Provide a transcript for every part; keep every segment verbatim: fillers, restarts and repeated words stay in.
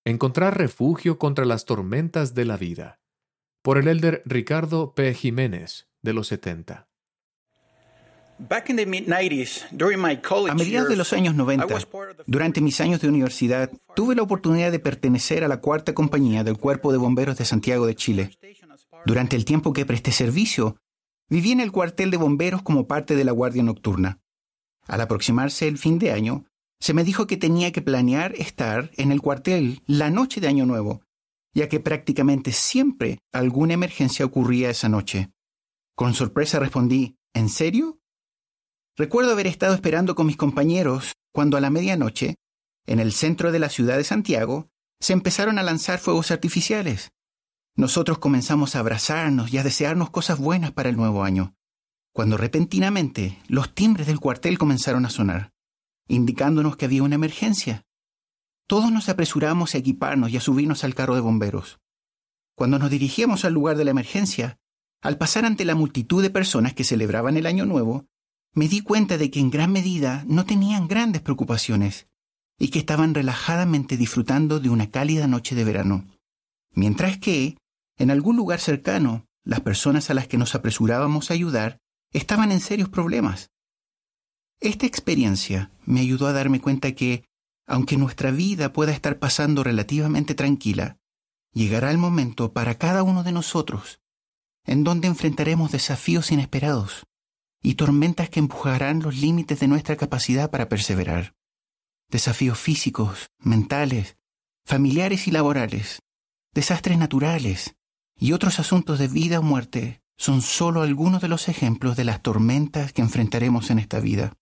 Encontrar refugio contra las tormentas de la vida. Por el elder Ricardo P. Jiménez, de los setenta. A mediados de los años noventa, durante mis años de universidad, tuve la oportunidad de pertenecer a la cuarta compañía del Cuerpo de Bomberos de Santiago de Chile. Durante el tiempo que presté servicio, viví en el cuartel de bomberos como parte de la guardia nocturna. Al aproximarse el fin de año, se me dijo que tenía que planear estar en el cuartel la noche de Año Nuevo, ya que prácticamente siempre alguna emergencia ocurría esa noche. Con sorpresa respondí, ¿en serio? Recuerdo haber estado esperando con mis compañeros cuando a la medianoche, en el centro de la ciudad de Santiago, se empezaron a lanzar fuegos artificiales. Nosotros comenzamos a abrazarnos y a desearnos cosas buenas para el nuevo año, cuando repentinamente los timbres del cuartel comenzaron a sonar, indicándonos que había una emergencia. Todos nos apresuramos a equiparnos y a subirnos al carro de bomberos. Cuando nos dirigíamos al lugar de la emergencia, al pasar ante la multitud de personas que celebraban el Año Nuevo, me di cuenta de que en gran medida no tenían grandes preocupaciones y que estaban relajadamente disfrutando de una cálida noche de verano. Mientras que, en algún lugar cercano, las personas a las que nos apresurábamos a ayudar estaban en serios problemas. Esta experiencia me ayudó a darme cuenta que, aunque nuestra vida pueda estar pasando relativamente tranquila, llegará el momento para cada uno de nosotros en donde enfrentaremos desafíos inesperados y tormentas que empujarán los límites de nuestra capacidad para perseverar. Desafíos físicos, mentales, familiares y laborales, desastres naturales y otros asuntos de vida o muerte son solo algunos de los ejemplos de las tormentas que enfrentaremos en esta vida.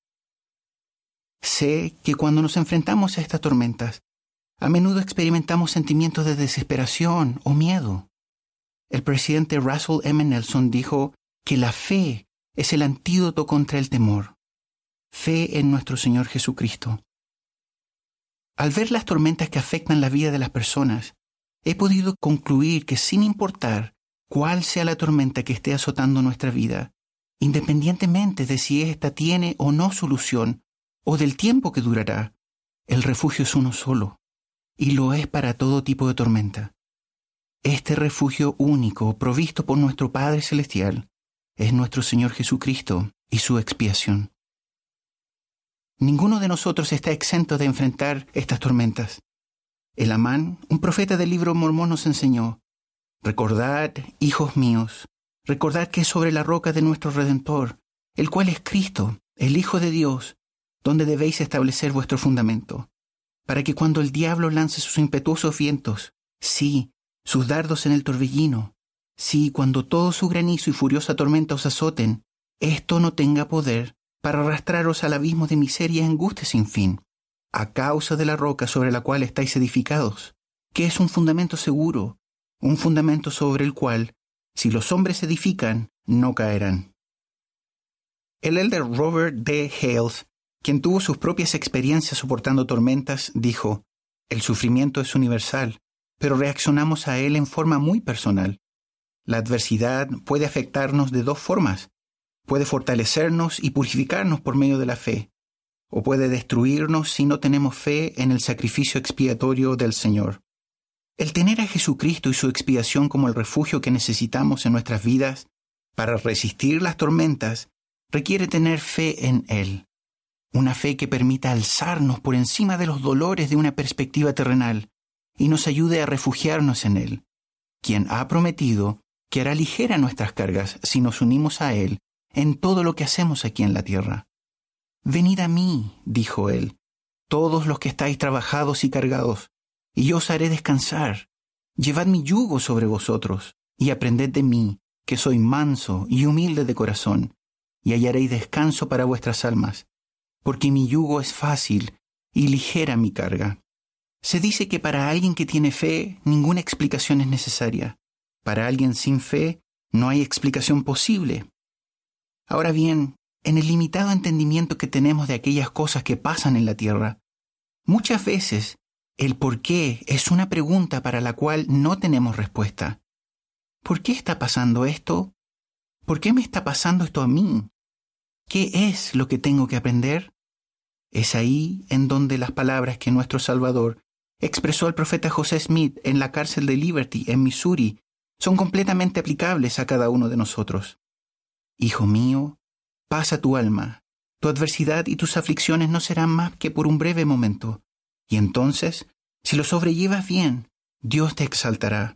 Sé que cuando nos enfrentamos a estas tormentas, a menudo experimentamos sentimientos de desesperación o miedo. El presidente Russell M. Nelson dijo que la fe es el antídoto contra el temor. Fe en nuestro Señor Jesucristo. Al ver las tormentas que afectan la vida de las personas, he podido concluir que sin importar cuál sea la tormenta que esté azotando nuestra vida, independientemente de si ésta tiene o no solución o del tiempo que durará, el refugio es uno solo, y lo es para todo tipo de tormenta. Este refugio único, provisto por nuestro Padre Celestial, es nuestro Señor Jesucristo y su expiación. Ninguno de nosotros está exento de enfrentar estas tormentas. El Amán, un profeta del libro Mormón, nos enseñó: recordad, hijos míos, recordad que es sobre la roca de nuestro Redentor, el cual es Cristo, el Hijo de Dios, donde debéis establecer vuestro fundamento, para que cuando el diablo lance sus impetuosos vientos, sí, sus dardos en el torbellino, sí, cuando todo su granizo y furiosa tormenta os azoten, esto no tenga poder para arrastraros al abismo de miseria y angustia sin fin, a causa de la roca sobre la cual estáis edificados, que es un fundamento seguro, un fundamento sobre el cual, si los hombres edifican, no caerán. El elder Robert D. Hales, quien tuvo sus propias experiencias soportando tormentas, dijo: el sufrimiento es universal, pero reaccionamos a él en forma muy personal. La adversidad puede afectarnos de dos formas. Puede fortalecernos y purificarnos por medio de la fe, o puede destruirnos si no tenemos fe en el sacrificio expiatorio del Señor. El tener a Jesucristo y su expiación como el refugio que necesitamos en nuestras vidas para resistir las tormentas requiere tener fe en Él. Una fe que permita alzarnos por encima de los dolores de una perspectiva terrenal y nos ayude a refugiarnos en Él, quien ha prometido que hará ligera nuestras cargas si nos unimos a Él en todo lo que hacemos aquí en la tierra. Venid a mí, dijo Él, todos los que estáis trabajados y cargados, y yo os haré descansar. Llevad mi yugo sobre vosotros, y aprended de mí, que soy manso y humilde de corazón, y hallaréis descanso para vuestras almas, porque mi yugo es fácil y ligera mi carga. Se dice que para alguien que tiene fe, ninguna explicación es necesaria. Para alguien sin fe, no hay explicación posible. Ahora bien, en el limitado entendimiento que tenemos de aquellas cosas que pasan en la tierra, muchas veces el por qué es una pregunta para la cual no tenemos respuesta. ¿Por qué está pasando esto? ¿Por qué me está pasando esto a mí? ¿Qué es lo que tengo que aprender? Es ahí en donde las palabras que nuestro Salvador expresó el profeta José Smith en la cárcel de Liberty, en Missouri, son completamente aplicables a cada uno de nosotros. Hijo mío, pasa tu alma. Tu adversidad y tus aflicciones no serán más que por un breve momento. Y entonces, si lo sobrellevas bien, Dios te exaltará.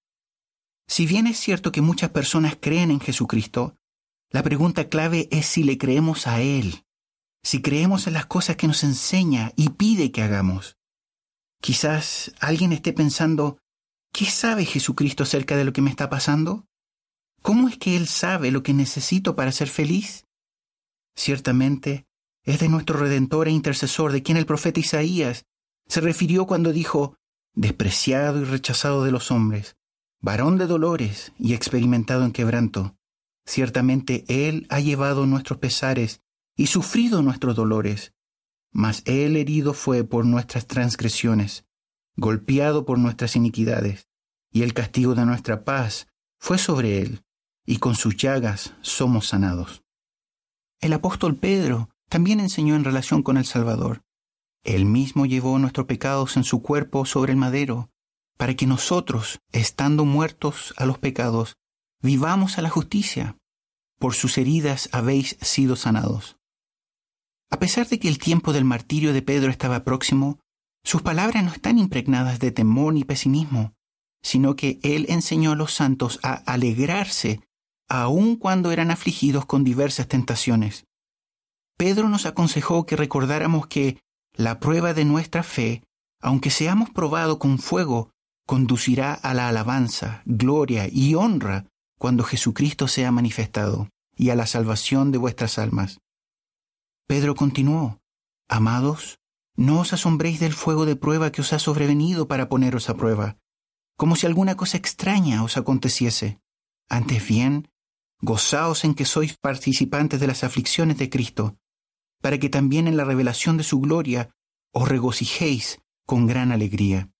Si bien es cierto que muchas personas creen en Jesucristo, la pregunta clave es si le creemos a Él, si creemos en las cosas que nos enseña y pide que hagamos. Quizás alguien esté pensando, ¿qué sabe Jesucristo acerca de lo que me está pasando? ¿Cómo es que Él sabe lo que necesito para ser feliz? Ciertamente, es de nuestro Redentor e Intercesor de quien el profeta Isaías se refirió cuando dijo, despreciado y rechazado de los hombres, varón de dolores y experimentado en quebranto. Ciertamente Él ha llevado nuestros pesares y sufrido nuestros dolores, mas Él herido fue por nuestras transgresiones, golpeado por nuestras iniquidades, y el castigo de nuestra paz fue sobre Él, y con sus llagas somos sanados. El apóstol Pedro también enseñó en relación con el Salvador. Él mismo llevó nuestros pecados en su cuerpo sobre el madero, para que nosotros, estando muertos a los pecados, vivamos a la justicia. Por sus heridas habéis sido sanados. A pesar de que el tiempo del martirio de Pedro estaba próximo, sus palabras no están impregnadas de temor ni pesimismo, sino que él enseñó a los santos a alegrarse aun cuando eran afligidos con diversas tentaciones. Pedro nos aconsejó que recordáramos que la prueba de nuestra fe, aunque seamos probados con fuego, conducirá a la alabanza, gloria y honra cuando Jesucristo sea manifestado, y a la salvación de vuestras almas. Pedro continuó, amados, no os asombréis del fuego de prueba que os ha sobrevenido para poneros a prueba, como si alguna cosa extraña os aconteciese. Antes bien, gozaos en que sois participantes de las aflicciones de Cristo, para que también en la revelación de su gloria os regocijéis con gran alegría.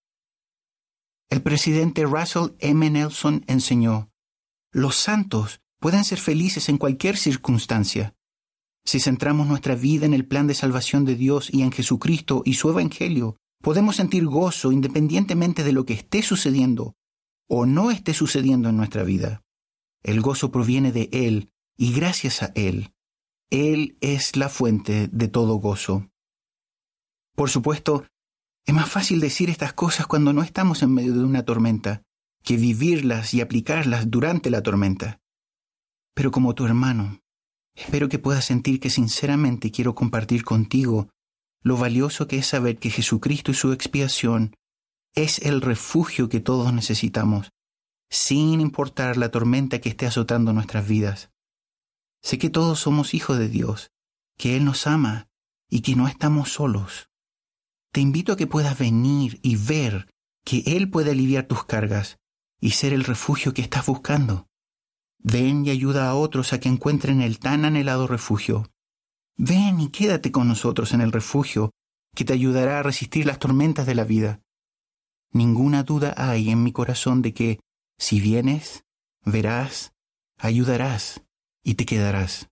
El presidente Russell M. Nelson enseñó, los santos pueden ser felices en cualquier circunstancia. Si centramos nuestra vida en el plan de salvación de Dios y en Jesucristo y su Evangelio, podemos sentir gozo independientemente de lo que esté sucediendo o no esté sucediendo en nuestra vida. El gozo proviene de Él y gracias a Él. Él es la fuente de todo gozo. Por supuesto, es más fácil decir estas cosas cuando no estamos en medio de una tormenta que vivirlas y aplicarlas durante la tormenta. Pero como tu hermano, espero que puedas sentir que sinceramente quiero compartir contigo lo valioso que es saber que Jesucristo y su expiación es el refugio que todos necesitamos, sin importar la tormenta que esté azotando nuestras vidas. Sé que todos somos hijos de Dios, que Él nos ama y que no estamos solos. Te invito a que puedas venir y ver que Él puede aliviar tus cargas y ser el refugio que estás buscando. Ven y ayuda a otros a que encuentren el tan anhelado refugio. Ven y quédate con nosotros en el refugio que te ayudará a resistir las tormentas de la vida. Ninguna duda hay en mi corazón de que, si vienes, verás, ayudarás y te quedarás.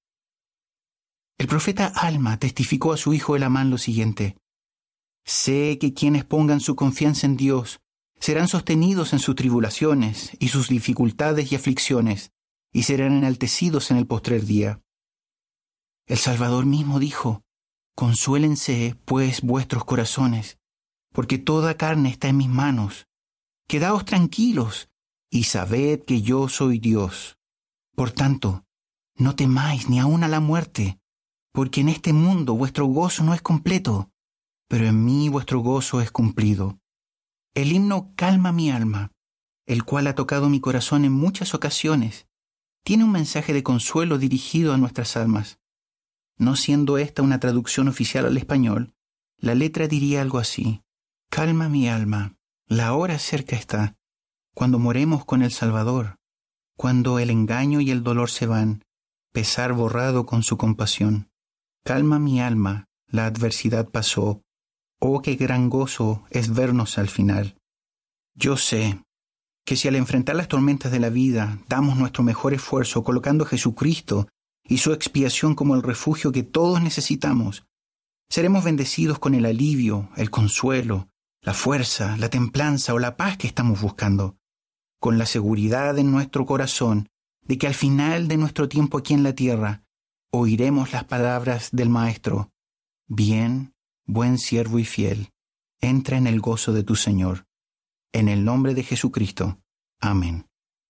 El profeta Alma testificó a su hijo Elamán lo siguiente: sé que quienes pongan su confianza en Dios serán sostenidos en sus tribulaciones y sus dificultades y aflicciones, y serán enaltecidos en el postrer día. El Salvador mismo dijo, consuélense, pues, vuestros corazones, porque toda carne está en mis manos. Quedaos tranquilos y sabed que yo soy Dios. Por tanto, no temáis ni aun a la muerte, porque en este mundo vuestro gozo no es completo, pero en mí vuestro gozo es cumplido. El himno Calma mi alma, el cual ha tocado mi corazón en muchas ocasiones, tiene un mensaje de consuelo dirigido a nuestras almas. No siendo esta una traducción oficial al español, la letra diría algo así: calma mi alma, la hora cerca está, cuando moremos con el Salvador, cuando el engaño y el dolor se van, pesar borrado con su compasión. Calma mi alma, la adversidad pasó, oh qué gran gozo es vernos al final. Yo sé que si al enfrentar las tormentas de la vida damos nuestro mejor esfuerzo colocando a Jesucristo y su expiación como el refugio que todos necesitamos, seremos bendecidos con el alivio, el consuelo, la fuerza, la templanza o la paz que estamos buscando, con la seguridad en nuestro corazón de que al final de nuestro tiempo aquí en la tierra oiremos las palabras del Maestro: bien, buen siervo y fiel, entra en el gozo de tu Señor. En el nombre de Jesucristo. Amén.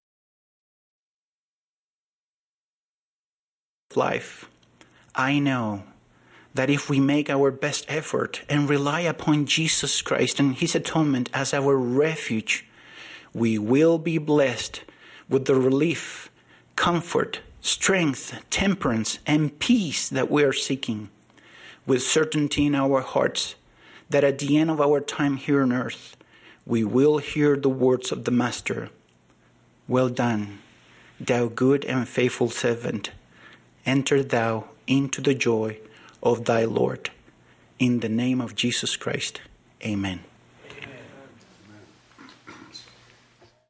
Life, I know that if we make our best effort and rely upon Jesus Christ and His atonement as our refuge, we will be blessed with the relief, comfort, strength, temperance, and peace that we are seeking, with certainty in our hearts that at the end of our time here on earth, we will hear the words of the Master: well done, thou good and faithful servant. Enter thou into the joy of thy Lord. In the name of Jesus Christ, amen.